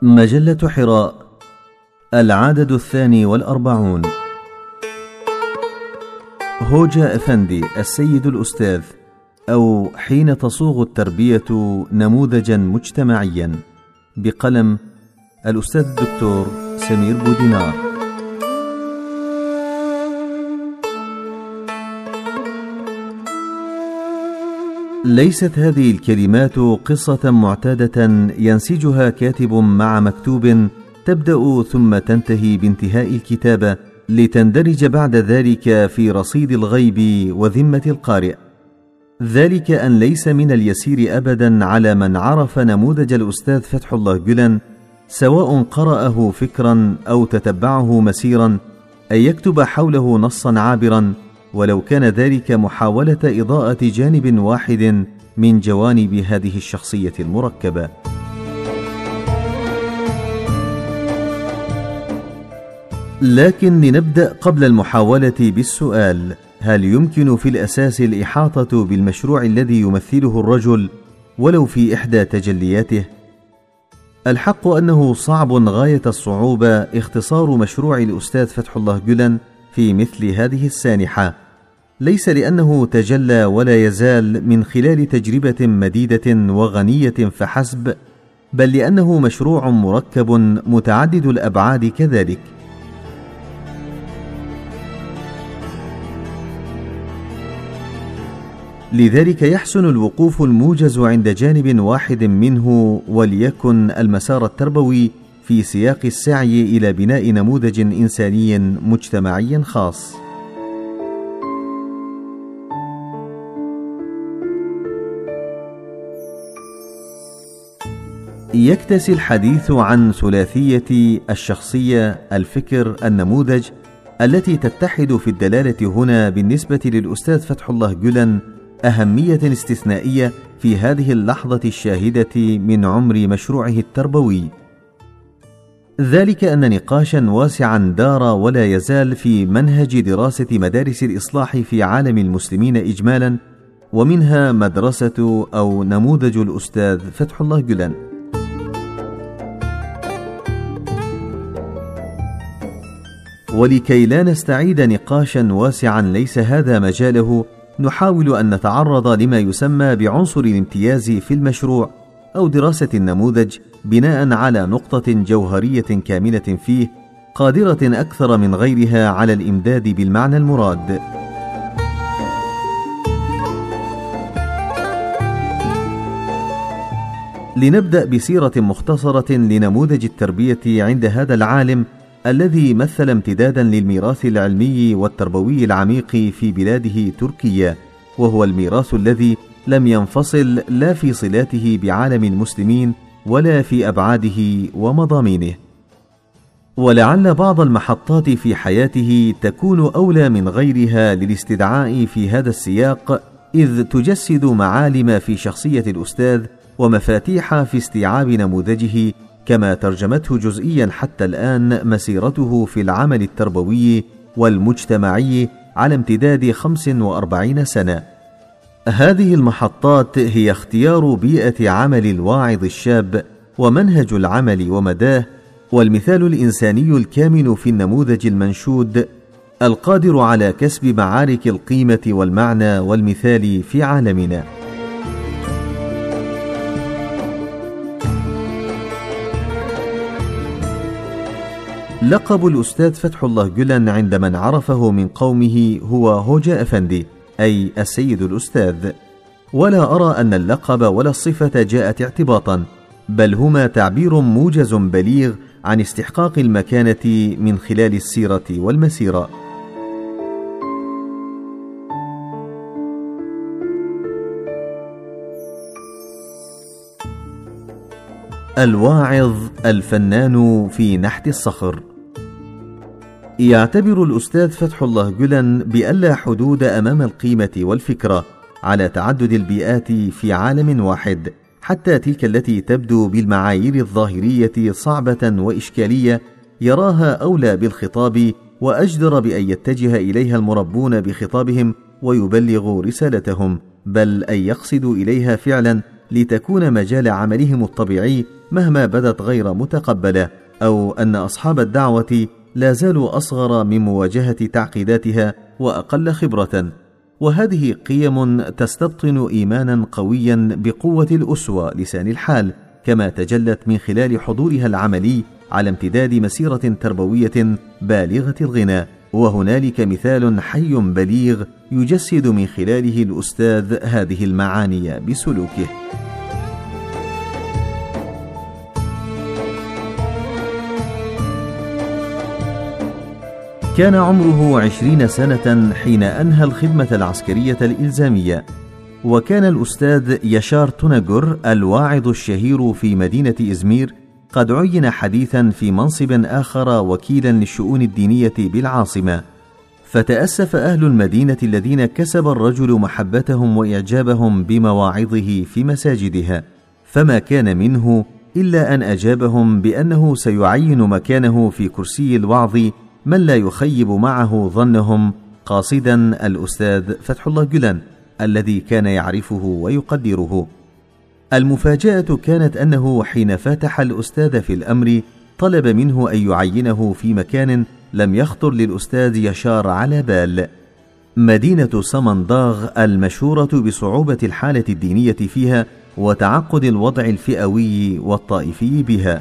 مجلة حراء، العدد 42. هوجة أفندي السيد الأستاذ، أو حين تصوغ التربية نموذجا مجتمعيا، بقلم الأستاذ الدكتور سمير بودينار. ليست هذه الكلمات قصة معتادة ينسجها كاتب مع مكتوب تبدأ ثم تنتهي بانتهاء الكتابة لتندرج بعد ذلك في رصيد الغيب وذمة القارئ. ذلك أن ليس من اليسير أبدا على من عرف نموذج الأستاذ فتح الله جلن، سواء قرأه فكرا أو تتبعه مسيرا، أن يكتب حوله نصا عابرا، ولو كان ذلك محاولة إضاءة جانب واحد من جوانب هذه الشخصية المركبة. لكن لنبدأ قبل المحاولة بالسؤال: هل يمكن في الأساس الإحاطة بالمشروع الذي يمثله الرجل ولو في إحدى تجلياته؟ الحق أنه صعب غاية الصعوبة اختصار مشروع الأستاذ فتح الله جلن في مثل هذه السانحة، ليس لأنه تجلى ولا يزال من خلال تجربة مديدة وغنية فحسب، بل لأنه مشروع مركب متعدد الأبعاد كذلك. لذلك يحسن الوقوف الموجز عند جانب واحد منه، وليكن المسار التربوي في سياق السعي إلى بناء نموذج إنساني مجتمعي خاص. يكتسي الحديث عن ثلاثية الشخصية، الفكر، النموذج، التي تتحد في الدلالة هنا بالنسبة للأستاذ فتح الله جلن أهمية استثنائية في هذه اللحظة الشاهدة من عمر مشروعه التربوي. ذلك أن نقاشا واسعا دار ولا يزال في منهج دراسة مدارس الإصلاح في عالم المسلمين إجمالا، ومنها مدرسة أو نموذج الأستاذ فتح الله جلن. ولكي لا نستعيد نقاشا واسعا ليس هذا مجاله، نحاول أن نتعرض لما يسمى بعنصر الامتياز في المشروع أو دراسة النموذج بناء على نقطة جوهرية كامنة فيه، قادرة أكثر من غيرها على الإمداد بالمعنى المراد. لنبدأ بسيرة مختصرة لنموذج التربية عند هذا العالم الذي مثل امتدادا للميراث العلمي والتربوي العميق في بلاده تركيا، وهو الميراث الذي لم ينفصل لا في صلاته بعالم المسلمين ولا في أبعاده ومضامينه. ولعل بعض المحطات في حياته تكون أولى من غيرها للاستدعاء في هذا السياق، إذ تجسد معالم في شخصية الأستاذ ومفاتيح في استيعاب نموذجه، كما ترجمته جزئيا حتى الآن مسيرته في العمل التربوي والمجتمعي على امتداد 45 سنة. هذه المحطات هي اختيار بيئة عمل الواعظ الشاب، ومنهج العمل ومداه، والمثال الإنساني الكامن في النموذج المنشود القادر على كسب معارك القيمة والمعنى والمثال في عالمنا. لقب الأستاذ فتح الله جلن عند من عرفه من قومه هو هوجة أفندي، أي السيد الأستاذ، ولا أرى أن اللقب ولا الصفة جاءت اعتباطا، بل هما تعبير موجز بليغ عن استحقاق المكانة من خلال السيرة والمسيرة. الواعظ الفنان في نحت الصخر. يعتبر الأستاذ فتح الله جلن بألا حدود أمام القيمة والفكرة على تعدد البيئات في عالم واحد، حتى تلك التي تبدو بالمعايير الظاهرية صعبة وإشكالية، يراها أولى بالخطاب وأجدر بأن يتجه إليها المربون بخطابهم ويبلغوا رسالتهم، بل أن يقصدوا إليها فعلا لتكون مجال عملهم الطبيعي مهما بدت غير متقبلة، أو أن أصحاب الدعوة لا زالوا أصغر من مواجهة تعقيداتها وأقل خبرة. وهذه قيم تستبطن إيمانا قويا بقوة الأسوة لسان الحال، كما تجلت من خلال حضورها العملي على امتداد مسيرة تربوية بالغة الغنى. وهنالك مثال حي بليغ يجسد من خلاله الأستاذ هذه المعاني بسلوكه. كان عمره 20 سنة حين أنهى الخدمة العسكرية الإلزامية، وكان الأستاذ يشار توناغور الواعظ الشهير في مدينة إزمير قد عين حديثا في منصب آخر وكيلا للشؤون الدينية بالعاصمة. فتأسف أهل المدينة الذين كسب الرجل محبتهم وإعجابهم بمواعظه في مساجدها، فما كان منه إلا أن أجابهم بأنه سيعين مكانه في كرسي الوعظ من لا يخيب معه ظنهم، قاصدا الأستاذ فتح الله جولان الذي كان يعرفه ويقدره. المفاجأة كانت أنه حين فاتح الأستاذ في الأمر طلب منه أن يعينه في مكان لم يخطر للأستاذ يشار على بال، مدينة سمنداغ المشهورة بصعوبة الحالة الدينية فيها وتعقد الوضع الفئوي والطائفي بها.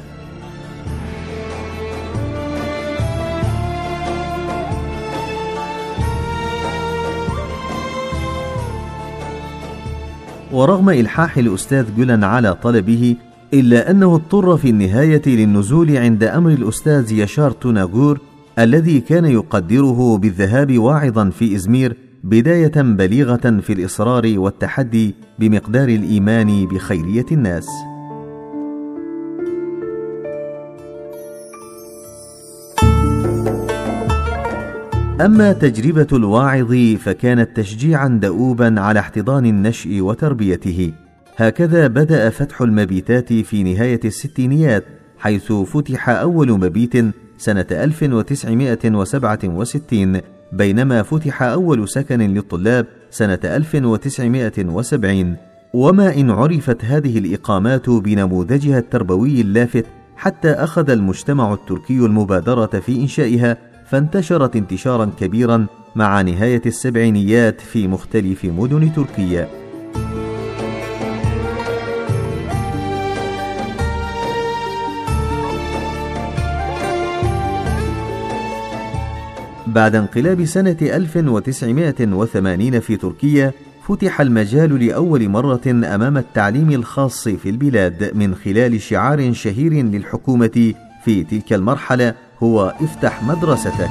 ورغم إلحاح الأستاذ جولان على طلبه، إلا أنه اضطر في النهاية للنزول عند أمر الأستاذ يشار توناغور الذي كان يقدره بالذهاب واعظا في إزمير، بداية بليغة في الإصرار والتحدي بمقدار الإيمان بخيرية الناس. أما تجربة الواعظ فكانت تشجيعا دؤوبا على احتضان النشء وتربيته. هكذا بدأ فتح المبيتات في نهاية الستينيات، حيث فتح أول مبيت سنة 1967، بينما فتح أول سكن للطلاب سنة 1970. وما إن عرفت هذه الإقامات بنموذجها التربوي اللافت، حتى أخذ المجتمع التركي المبادرة في إنشائها، فانتشرت انتشارا كبيرا مع نهاية السبعينيات في مختلف مدن تركيا. بعد انقلاب سنة 1980 في تركيا، فتح المجال لأول مرة أمام التعليم الخاص في البلاد من خلال شعار شهير للحكومة في تلك المرحلة هو افتح مدرستك.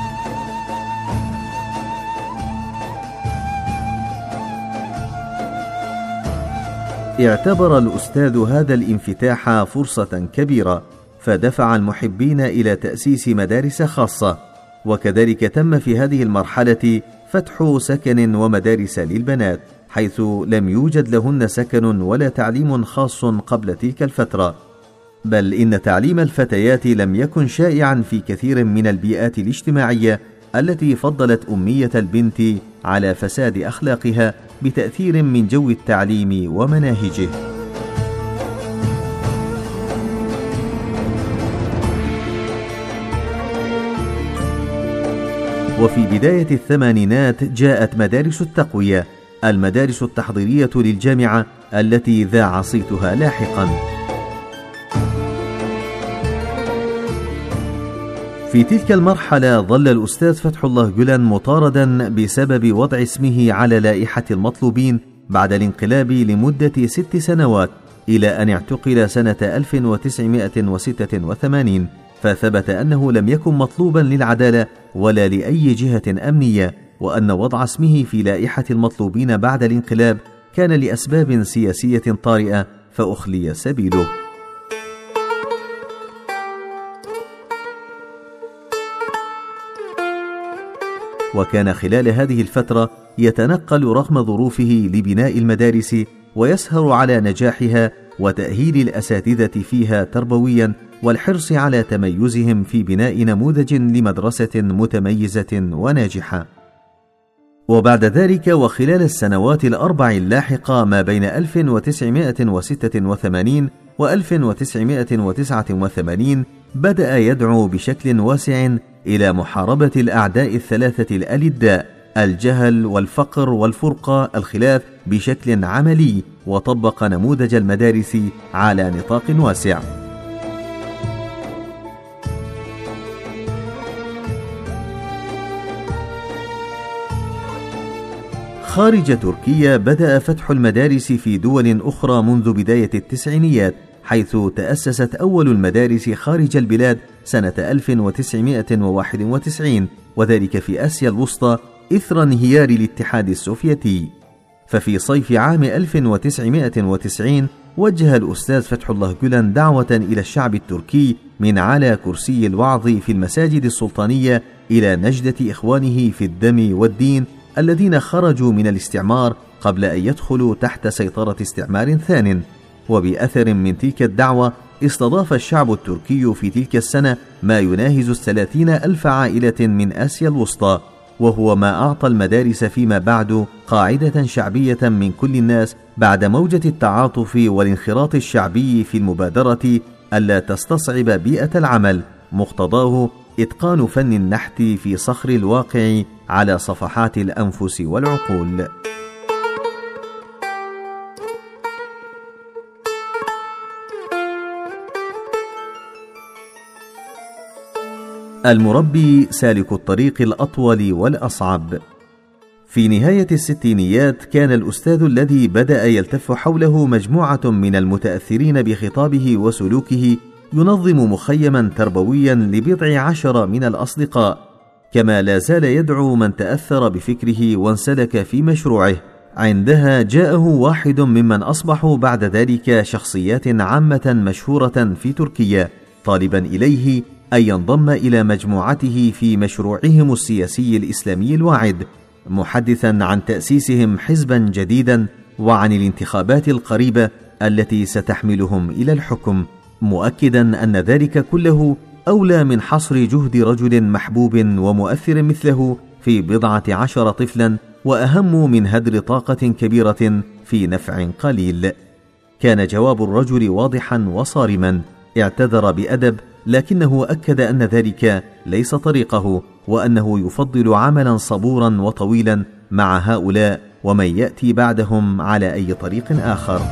اعتبر الأستاذ هذا الانفتاح فرصة كبيرة، فدفع المحبين إلى تأسيس مدارس خاصة، وكذلك تم في هذه المرحلة فتح سكن ومدارس للبنات، حيث لم يوجد لهن سكن ولا تعليم خاص قبل تلك الفترة، بل إن تعليم الفتيات لم يكن شائعا في كثير من البيئات الاجتماعية التي فضلت أمية البنت على فساد أخلاقها بتأثير من جو التعليم ومناهجه. وفي بداية الثمانينات جاءت مدارس التقوية، المدارس التحضيرية للجامعة التي ذاع صيتها لاحقا. في تلك المرحلة ظل الأستاذ فتح الله جولان مطاردا بسبب وضع اسمه على لائحة المطلوبين بعد الانقلاب لمدة 6 سنوات، إلى أن اعتقل سنة 1986، فثبت أنه لم يكن مطلوبا للعدالة ولا لأي جهة أمنية، وأن وضع اسمه في لائحة المطلوبين بعد الانقلاب كان لأسباب سياسية طارئة فأخلي سبيله. وكان خلال هذه الفترة يتنقل رغم ظروفه لبناء المدارس ويسهر على نجاحها وتأهيل الأساتذة فيها تربويا، والحرص على تميزهم في بناء نموذج لمدرسة متميزة وناجحة. وبعد ذلك وخلال السنوات الأربع اللاحقة ما بين 1986 و 1989 بدأ يدعو بشكل واسع إلى محاربة الأعداء الثلاثة الألداء: الجهل والفقر والفرقة الخلاف بشكل عملي، وطبق نموذج المدارس على نطاق واسع. خارج تركيا بدأ فتح المدارس في دول أخرى منذ بداية التسعينيات، حيث تأسست أول المدارس خارج البلاد سنة 1991، وذلك في آسيا الوسطى إثر انهيار الاتحاد السوفيتي. ففي صيف عام 1990 وجه الأستاذ فتح الله جولان دعوة إلى الشعب التركي من على كرسي الوعظ في المساجد السلطانية إلى نجدة إخوانه في الدم والدين الذين خرجوا من الاستعمار قبل أن يدخلوا تحت سيطرة استعمار ثان. وبأثر من تلك الدعوة استضاف الشعب التركي في تلك السنة ما يناهز 30,000 عائلة من آسيا الوسطى، وهو ما أعطى المدارس فيما بعد قاعدة شعبية من كل الناس بعد موجة التعاطف والانخراط الشعبي في المبادرة ألا تستصعب بيئة العمل، مقتضاه إتقان فن النحت في صخر الواقع على صفحات الأنفس والعقول. المربي سالك الطريق الأطول والأصعب. في نهاية الستينيات كان الأستاذ الذي بدأ يلتف حوله مجموعة من المتأثرين بخطابه وسلوكه ينظم مخيما تربويا ل10 من الأصدقاء، كما لا زال يدعو من تأثر بفكره وانسلك في مشروعه. عندها جاءه واحد ممن أصبحوا بعد ذلك شخصيات عامة مشهورة في تركيا، طالبا إليه أن ينضم إلى مجموعته في مشروعهم السياسي الإسلامي الواعد، محدثا عن تأسيسهم حزبا جديدا وعن الانتخابات القريبة التي ستحملهم إلى الحكم، مؤكدا أن ذلك كله أولى من حصر جهد رجل محبوب ومؤثر مثله في 11 طفلا، وأهم من هدر طاقة كبيرة في نفع قليل. كان جواب الرجل واضحا وصارما، اعتذر بأدب، لكنه أكد أن ذلك ليس طريقه، وأنه يفضل عملا صبورا وطويلا مع هؤلاء ومن يأتي بعدهم على أي طريق آخر.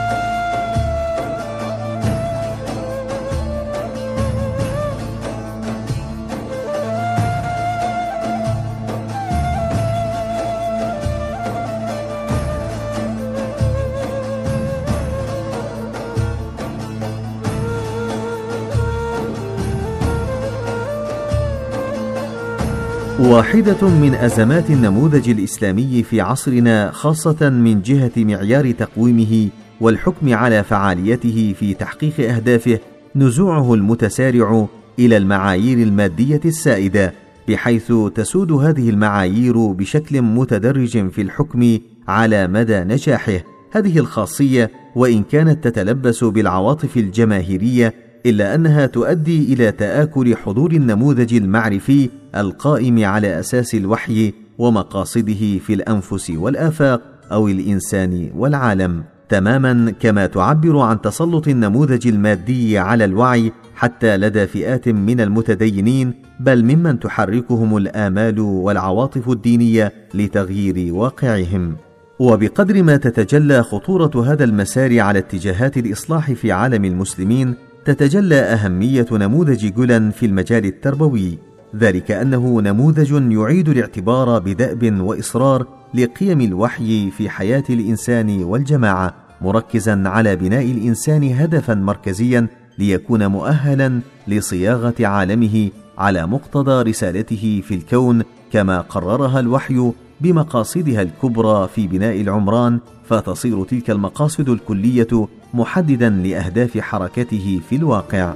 واحدة من أزمات النموذج الإسلامي في عصرنا، خاصة من جهة معيار تقويمه والحكم على فعاليته في تحقيق أهدافه، نزوعه المتسارع إلى المعايير المادية السائدة، بحيث تسود هذه المعايير بشكل متدرج في الحكم على مدى نجاحه. هذه الخاصية وإن كانت تتلبس بالعواطف الجماهيرية، إلا أنها تؤدي إلى تآكل حضور النموذج المعرفي القائم على أساس الوحي ومقاصده في الأنفس والآفاق أو الإنسان والعالم، تماما كما تعبر عن تسلط النموذج المادي على الوعي حتى لدى فئات من المتدينين، بل ممن تحركهم الآمال والعواطف الدينية لتغيير واقعهم. وبقدر ما تتجلى خطورة هذا المسار على اتجاهات الإصلاح في عالم المسلمين، تتجلى أهمية نموذج جولان في المجال التربوي، ذلك أنه نموذج يعيد الاعتبار بدأب وإصرار لقيم الوحي في حياة الإنسان والجماعة، مركزا على بناء الإنسان هدفا مركزيا ليكون مؤهلا لصياغة عالمه على مقتضى رسالته في الكون كما قررها الوحي بمقاصدها الكبرى في بناء العمران، فتصير تلك المقاصد الكلية محددا لأهداف حركته في الواقع.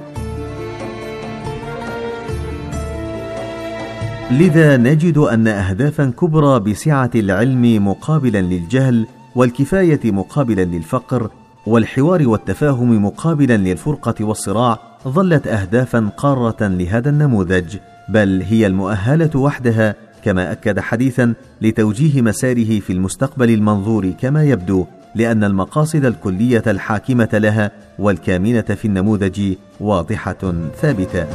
لذا نجد أن أهدافا كبرى بسعة العلم مقابلا للجهل، والكفاية مقابلا للفقر، والحوار والتفاهم مقابلا للفرقة والصراع، ظلت أهدافا قارة لهذا النموذج، بل هي المؤهلة وحدها كما أكد حديثا لتوجيه مساره في المستقبل المنظور كما يبدو، لأن المقاصد الكلية الحاكمة لها والكامنة في النموذج واضحة ثابتة.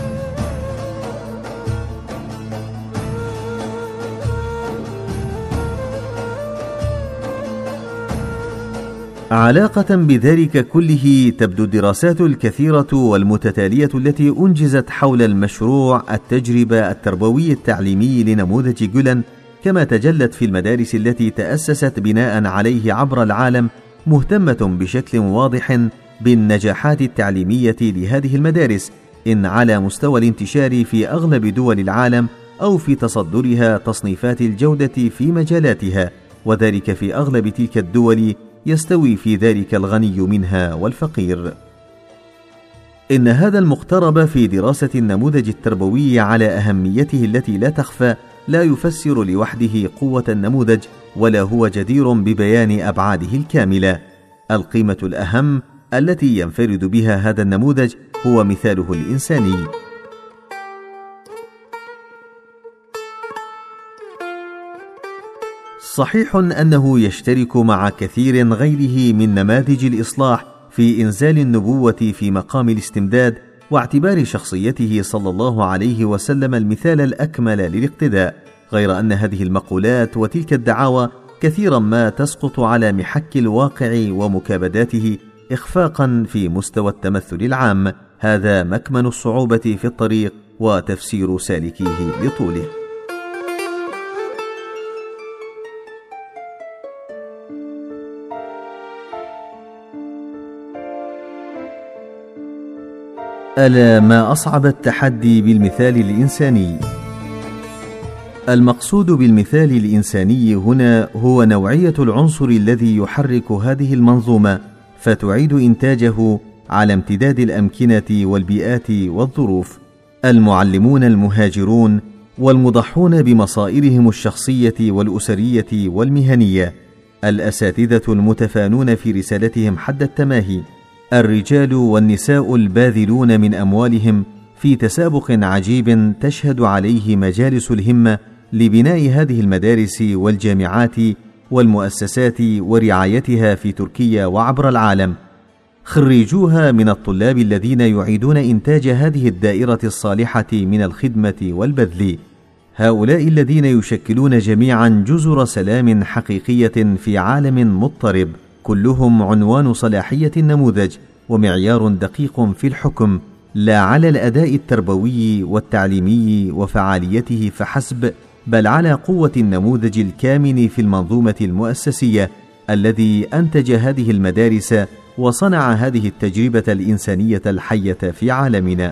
علاقة بذلك كله تبدو الدراسات الكثيرة والمتتالية التي أنجزت حول المشروع التجربة التربوي التعليمي لنموذج جولان، كما تجلت في المدارس التي تأسست بناء عليه عبر العالم، مهتمة بشكل واضح بالنجاحات التعليمية لهذه المدارس، إن على مستوى الانتشار في أغلب دول العالم أو في تصدرها تصنيفات الجودة في مجالاتها، وذلك في أغلب تلك الدول يستوي في ذلك الغني منها والفقير. إن هذا المقترب في دراسة النموذج التربوي على أهميته التي لا تخفى لا يفسر لوحده قوة النموذج، ولا هو جدير ببيان أبعاده الكاملة. القيمة الأهم التي ينفرد بها هذا النموذج هو مثاله الإنساني. صحيح أنه يشترك مع كثير غيره من نماذج الإصلاح في إنزال النبوة في مقام الاستمداد، واعتبار شخصيته صلى الله عليه وسلم المثال الأكمل للاقتداء، غير أن هذه المقولات وتلك الدعاوى كثيرا ما تسقط على محك الواقع ومكابداته إخفاقا في مستوى التمثل العام. هذا مكمن الصعوبة في الطريق وتفسير سالكيه لطوله. ألا ما أصعب التحدي بالمثال الإنساني. المقصود بالمثال الإنساني هنا هو نوعية العنصر الذي يحرك هذه المنظومة فتعيد إنتاجه على امتداد الأمكنة والبيئات والظروف. المعلمون المهاجرون والمضحون بمصائرهم الشخصية والأسرية والمهنية، الأساتذة المتفانون في رسالتهم حد التماهي، الرجال والنساء الباذلون من أموالهم في تسابق عجيب تشهد عليه مجالس الهمة لبناء هذه المدارس والجامعات والمؤسسات ورعايتها في تركيا وعبر العالم، خريجوها من الطلاب الذين يعيدون إنتاج هذه الدائرة الصالحة من الخدمة والبذل. هؤلاء الذين يشكلون جميعا جزر سلام حقيقية في عالم مضطرب، كلهم عنوان صلاحية النموذج ومعيار دقيق في الحكم، لا على الأداء التربوي والتعليمي وفعاليته فحسب، بل على قوة النموذج الكامن في المنظومة المؤسسية الذي أنتج هذه المدارس وصنع هذه التجربة الإنسانية الحية في عالمنا.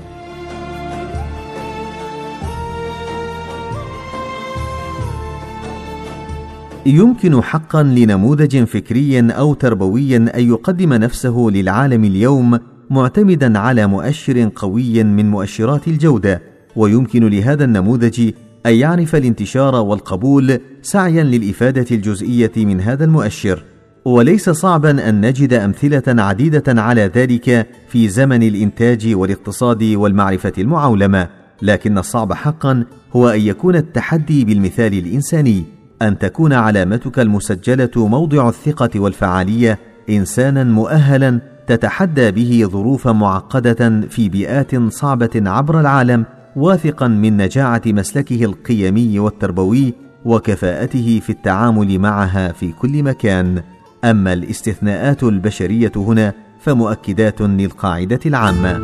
يمكن حقا لنموذج فكري أو تربوي أن يقدم نفسه للعالم اليوم معتمدا على مؤشر قوي من مؤشرات الجودة، ويمكن لهذا النموذج أن يعرف الانتشار والقبول سعيا للإفادة الجزئية من هذا المؤشر. وليس صعبا أن نجد أمثلة عديدة على ذلك في زمن الإنتاج والاقتصاد والمعرفة المعولمة، لكن الصعب حقا هو أن يكون التحدي بالمثال الإنساني، أن تكون علامتك المسجلة موضع الثقة والفعالية، إنسانا مؤهلا تتحدى به ظروف معقدة في بيئات صعبة عبر العالم، واثقا من نجاعة مسلكه القيمي والتربوي وكفاءته في التعامل معها في كل مكان. أما الاستثناءات البشرية هنا فمؤكدات للقاعدة العامة.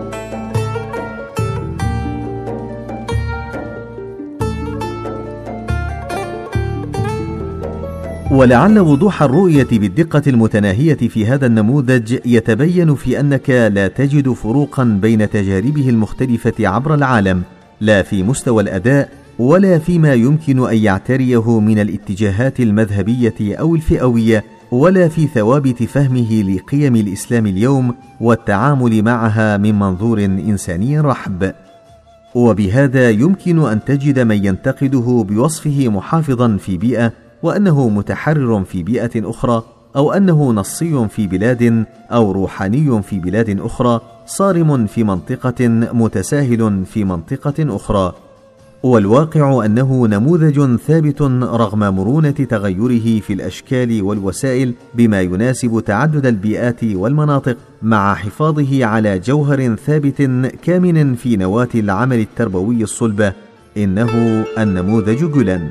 ولعل وضوح الرؤية بالدقة المتناهية في هذا النموذج يتبين في أنك لا تجد فروقا بين تجاربه المختلفة عبر العالم، لا في مستوى الأداء ولا فيما يمكن أن يعتريه من الاتجاهات المذهبية أو الفئوية، ولا في ثوابت فهمه لقيم الإسلام اليوم والتعامل معها من منظور إنساني رحب. وبهذا يمكن أن تجد من ينتقده بوصفه محافظا في بيئة، وأنه متحرر في بيئة أخرى، أو أنه نصي في بلاد أو روحاني في بلاد أخرى، صارم في منطقة متساهل في منطقة أخرى. والواقع أنه نموذج ثابت رغم مرونة تغيره في الأشكال والوسائل بما يناسب تعدد البيئات والمناطق، مع حفاظه على جوهر ثابت كامن في نواة العمل التربوي الصلبة. إنه النموذج جولان.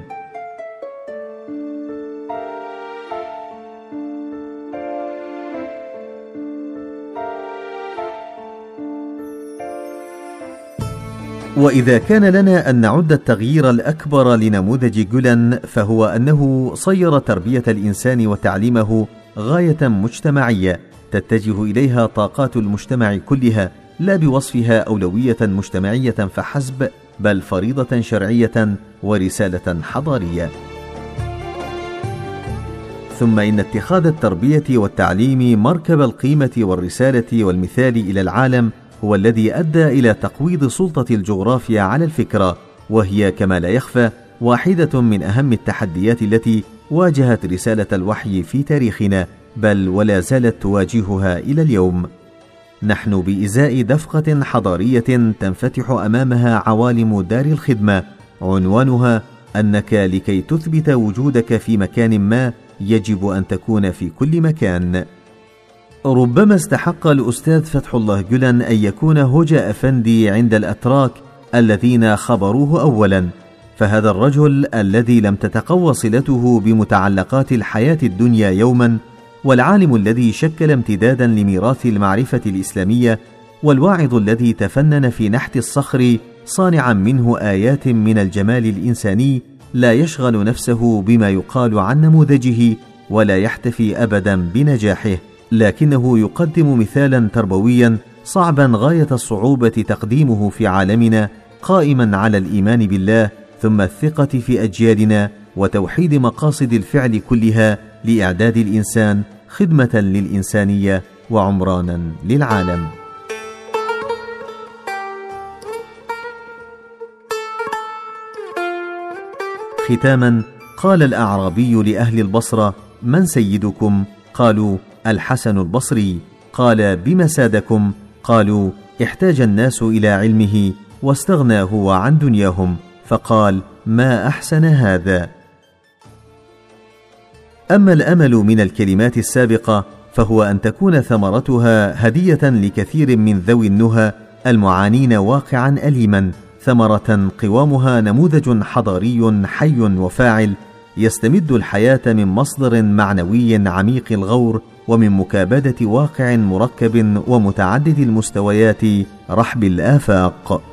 وإذا كان لنا أن نعد التغيير الأكبر لنموذج جولان فهو أنه صير تربية الإنسان وتعليمه غاية مجتمعية تتجه إليها طاقات المجتمع كلها، لا بوصفها أولوية مجتمعية فحسب، بل فريضة شرعية ورسالة حضارية. ثم إن اتخاذ التربية والتعليم مركب القيمة والرسالة والمثال إلى العالم هو الذي أدى إلى تقويض سلطة الجغرافيا على الفكرة، وهي كما لا يخفى واحدة من أهم التحديات التي واجهت رسالة الوحي في تاريخنا، بل ولا زالت تواجهها إلى اليوم. نحن بإزاء دفقة حضارية تنفتح أمامها عوالم دار الخدمة، عنوانها أنك لكي تثبت وجودك في مكان ما يجب أن تكون في كل مكان. ربما استحق الأستاذ فتح الله جولان أن يكون هوجة أفندي عند الأتراك الذين خبروه أولا، فهذا الرجل الذي لم تتقوى صلته بمتعلقات الحياة الدنيا يوما، والعالم الذي شكل امتدادا لميراث المعرفة الإسلامية، والواعظ الذي تفنن في نحت الصخر صانعا منه آيات من الجمال الإنساني، لا يشغل نفسه بما يقال عن نموذجه ولا يحتفي أبدا بنجاحه، لكنه يقدم مثالا تربويا صعبا غاية الصعوبة تقديمه في عالمنا، قائما على الإيمان بالله ثم الثقة في أجيالنا وتوحيد مقاصد الفعل كلها لإعداد الإنسان خدمة للإنسانية وعمرانا للعالم. ختاما، قال الأعرابي لأهل البصرة: من سيدكم؟ قالوا: الحسن البصري. قال: بما سادكم؟ قالوا: احتاج الناس إلى علمه واستغنى هو عن دنياهم، فقال: ما أحسن هذا. أما الأمل من الكلمات السابقة فهو أن تكون ثمرتها هدية لكثير من ذوي النهى المعانين واقعا أليما، ثمرة قوامها نموذج حضاري حي وفاعل يستمد الحياة من مصدر معنوي عميق الغور، ومن مكابدة واقع مركب ومتعدد المستويات رحب الآفاق.